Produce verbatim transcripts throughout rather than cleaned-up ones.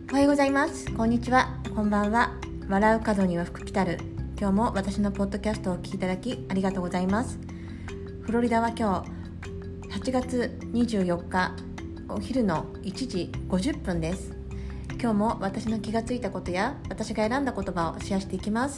おはようございます。こんにちは。こんばんは。笑う角には福来たる。今日も私のポッドキャストをお聞きいただきありがとうございます。フロリダは今日はちがつにじゅうよっかお昼のいちじごじゅっぷんです。今日も私の気がついたことや私が選んだ言葉をシェアしていきます。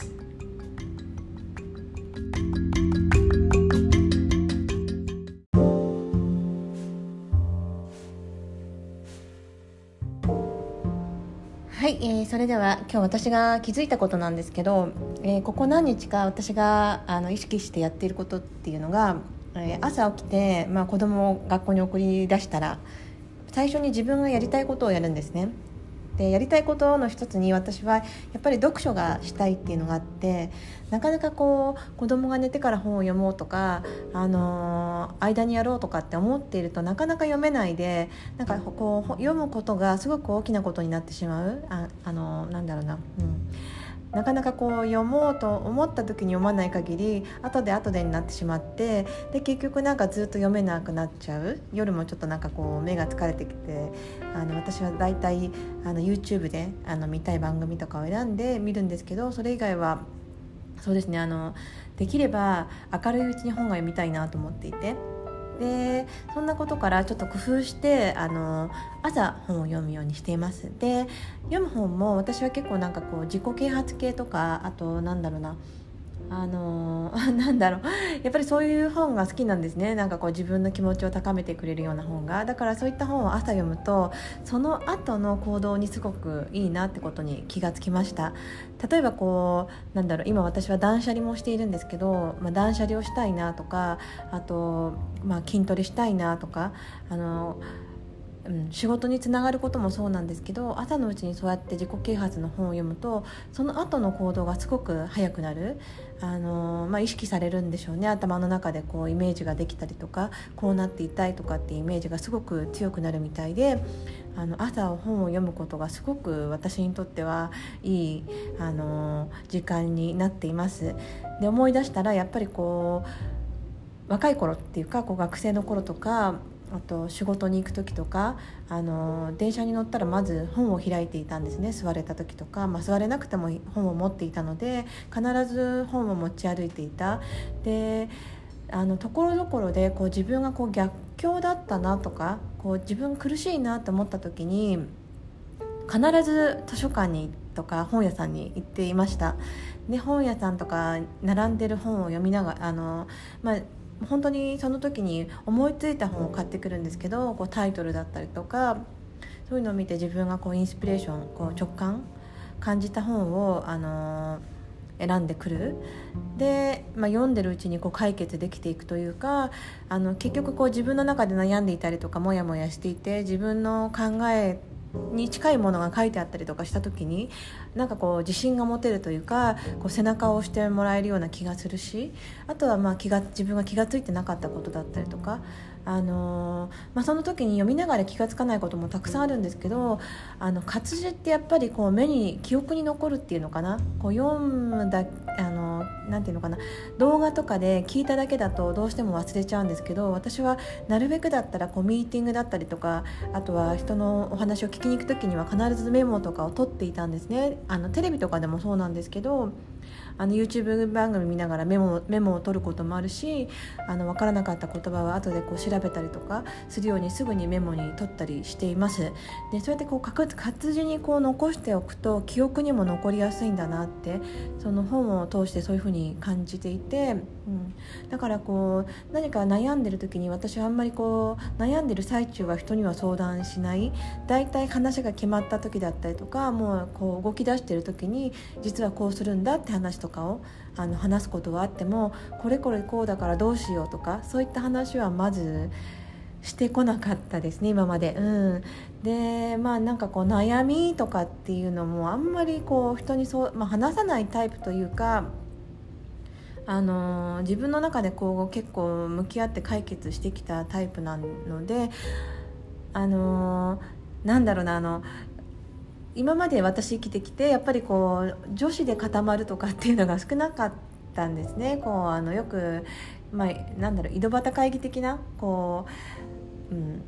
はい、えー、それでは今日私が気づいたことなんですけど、えー、ここ何日か私があの意識してやっていることっていうのが、えー、朝起きて、まあ、子供を学校に送り出したら最初に自分がやりたいことをやるんですね。でやりたいことの一つに私はやっぱり読書がしたいっていうのがあって、なかなかこう子供が寝てから本を読もうとか、あのー、間にやろうとかって思っているとなかなか読めないで、なんかこう読むことがすごく大きなことになってしまう。あ、あのー、なんだろうな、うんなかなかこう読もうと思った時に読まない限り後で後でになってしまって、で結局なんかずっと読めなくなっちゃう。夜もちょっとなんかこう目が疲れてきて、あの私はだいたいあの YouTube であの見たい番組とかを選んで見るんですけど、それ以外はそうですね、あのできれば明るいうちに本が読みたいなと思っていて、でそんなことからちょっと工夫してあの朝本を読むようにしています。で読む本も私は結構なんかこう自己啓発系とか、あとなんだろうなあのなんだろうやっぱりそういう本が好きなんですね。なんかこう自分の気持ちを高めてくれるような本が、だからそういった本を朝読むとその後の行動にすごくいいなってことに気がつきました。例えばこうなんだろう今私は断捨離もしているんですけど、まあ、断捨離をしたいなとか、あと、まあ、筋トレしたいなとか、あのうん、仕事につながることもそうなんですけど、朝のうちにそうやって自己啓発の本を読むとその後の行動がすごく早くなる。あの、まあ、意識されるんでしょうね。頭の中でこうイメージができたりとか、こうなっていたいとかっていうイメージがすごく強くなるみたいで、あの朝本を読むことがすごく私にとってはいいあの時間になっています。で思い出したらやっぱりこう若い頃っていうかこう学生の頃とか、あと仕事に行く時とか、あの電車に乗ったらまず本を開いていたんですね。座れた時とか、まあ、座れなくても本を持っていたので必ず本を持ち歩いていた。であのところどころでこう自分がこう逆境だったなとか、こう自分苦しいなと思った時に必ず図書館にとか本屋さんに行っていました。で本屋さんとか並んでる本を読みながら、あの、まあ本当にその時に思いついた本を買ってくるんですけど、こうタイトルだったりとかそういうのを見て自分がこうインスピレーション、こう直感感じた本を、あのー、選んでくる。で、まあ、読んでるうちにこう解決できていくというか、あの結局こう自分の中で悩んでいたりとかモヤモヤしていて、自分の考えに近いものが書いてあったりとかした時になんかこう自信が持てるというか、こう背中を押してもらえるような気がするし、あとはまあ気が自分が気がついてなかったことだったりとか、あのーまあ、その時に読みながら気がつかないこともたくさんあるんですけど、あの活字ってやっぱりこう目に記憶に残るっていうのかな、こう読むだあのなんていうのかな、動画とかで聞いただけだとどうしても忘れちゃうんですけど、私はなるべくだったらこうミーティングだったりとか、あとは人のお話を聞きに行く時には必ずメモとかを取っていたんですね。あのテレビとかでもそうなんですけど、あの YouTube 番組見ながらメモ、メモを取ることもあるし、あの分からなかった言葉は後でこう調べたりとかするようにすぐにメモに取ったりしています。でそうやってこう活字にこう残しておくと記憶にも残りやすいんだなって、その本を通してそういうふうに感じていて、うん、だからこう何か悩んでる時に私はあんまりこう悩んでる最中は人には相談しない。だいたい話が決まった時だったりとか、もうこう動き出してる時に実はこうするんだって話とかをあの話すことはあっても、これこれこうだからどうしようとかそういった話はまずしてこなかったですね今まで、うん、でまあなんかこう悩みとかっていうのもあんまりこう人にそう、まあ、話さないタイプというか、あのー、自分の中でこう結構向き合って解決してきたタイプなので、あのー、なんだろうなあの今まで私生きてきてやっぱりこう女子で固まるとかっていうのが少なかったんですね。こうあのよく、まあ、なんだろう井戸端会議的なこう、うん、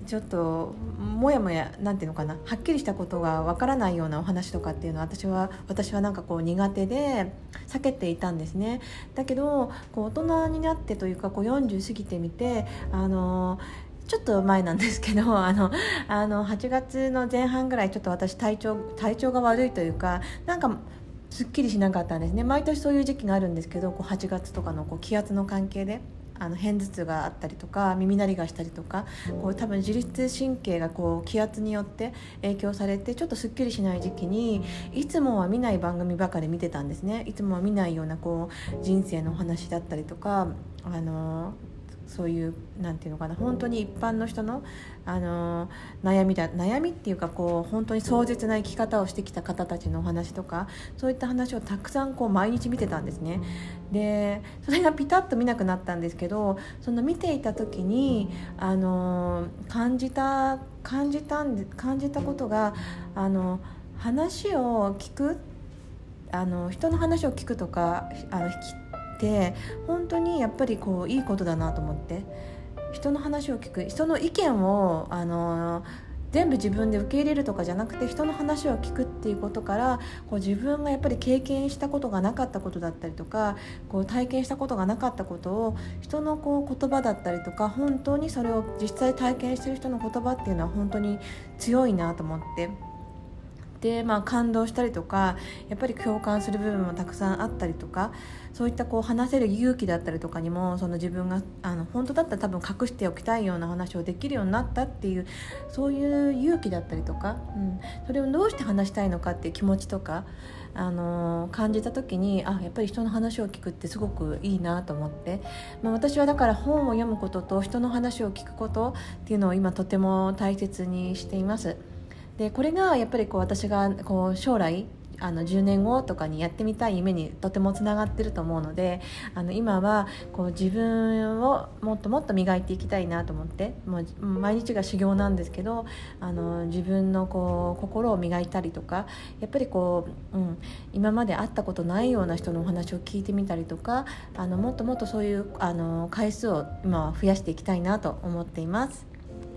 ちょっともやもやなんていうのかな、はっきりしたことがわからないようなお話とかっていうのは私は私はなんかこう苦手で避けていたんですね。だけどこう大人になってというかこうよんじゅう過ぎてみて、あのちょっと前なんですけどあのあのはちがつの前半ぐらいちょっと私体調体調が悪いというか、なんかすっきりしなかったんですね。毎年そういう時期があるんですけど、こうはちがつとかのこう気圧の関係であの片頭痛があったりとか耳鳴りがしたりとか、こう多分自律神経がこう気圧によって影響されてちょっとすっきりしない時期に、いつもは見ない番組ばかり見てたんですね。いつもは見ないようなこう人生のお話だったりとか、あのそういうなんていうのかな、本当に一般の人の、あの悩みだ悩みっていうかこう本当に壮絶な生き方をしてきた方たちのお話とか、そういった話をたくさんこう毎日見てたんですね。でそれがピタッと見なくなったんですけど、その見ていた時に、あの感じた感じたんで感じたことが、あの話を聞くあの人の話を聞くとかあの聞って本当にやっぱりこういいことだなと思って、人の話を聞く、人の意見をあの全部自分で受け入れるとかじゃなくて、人の話を聞くっていうことから、こう自分がやっぱり経験したことがなかったことだったりとか、こう体験したことがなかったことを人のこう言葉だったりとか、本当にそれを実際体験している人の言葉っていうのは本当に強いなと思って、で、まあ、感動したりとか、やっぱり共感する部分もたくさんあったりとか、そういったこう話せる勇気だったりとかにも、その自分があの本当だったら多分隠しておきたいような話をできるようになったっていう、そういう勇気だったりとか、うん、それをどうして話したいのかっていう気持ちとか、あのー、感じた時に、あ、やっぱり人の話を聞くってすごくいいなと思って、まあ、私はだから本を読むことと人の話を聞くことっていうのを今とても大切にしています。でこれがやっぱりこう私がこう将来あのじゅうねんごとかにやってみたい夢にとてもつながってると思うので、あの今はこう自分をもっともっと磨いていきたいなと思って、もう毎日が修行なんですけど、あの自分のこう心を磨いたりとか、やっぱりこう、うん、今まで会ったことないような人のお話を聞いてみたりとか、あのもっともっとそういうあの回数を今は増やしていきたいなと思っています。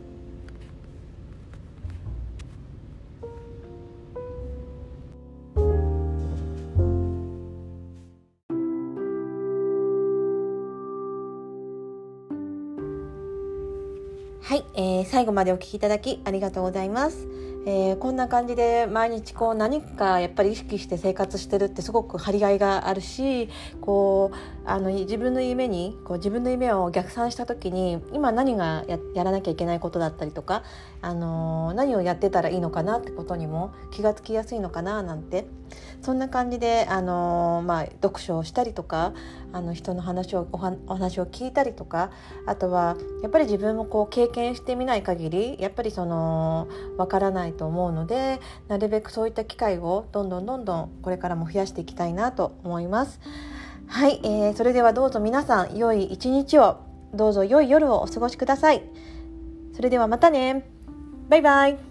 はい、えー、最後までお聞きいただきありがとうございます。えー、こんな感じで毎日こう何かやっぱり意識して生活してるってすごく張りがいがあるし、こうあの自分の夢にこう自分の夢を逆算した時に今何が や, やらなきゃいけないことだったりとか、あのー、何をやってたらいいのかなってことにも気がつきやすいのかななんて、そんな感じで、あのーまあ、読書をしたりとか、あの人の話を お, はお話を聞いたりとか、あとはやっぱり自分もこう経験してみない限りやっぱりそのわからないと思うので、なるべくそういった機会をどんどんどんどんこれからも増やしていきたいなと思います。はい、えー、それではどうぞ皆さん良い一日を、どうぞ良い夜をお過ごしください。それではまたね。バイバイ。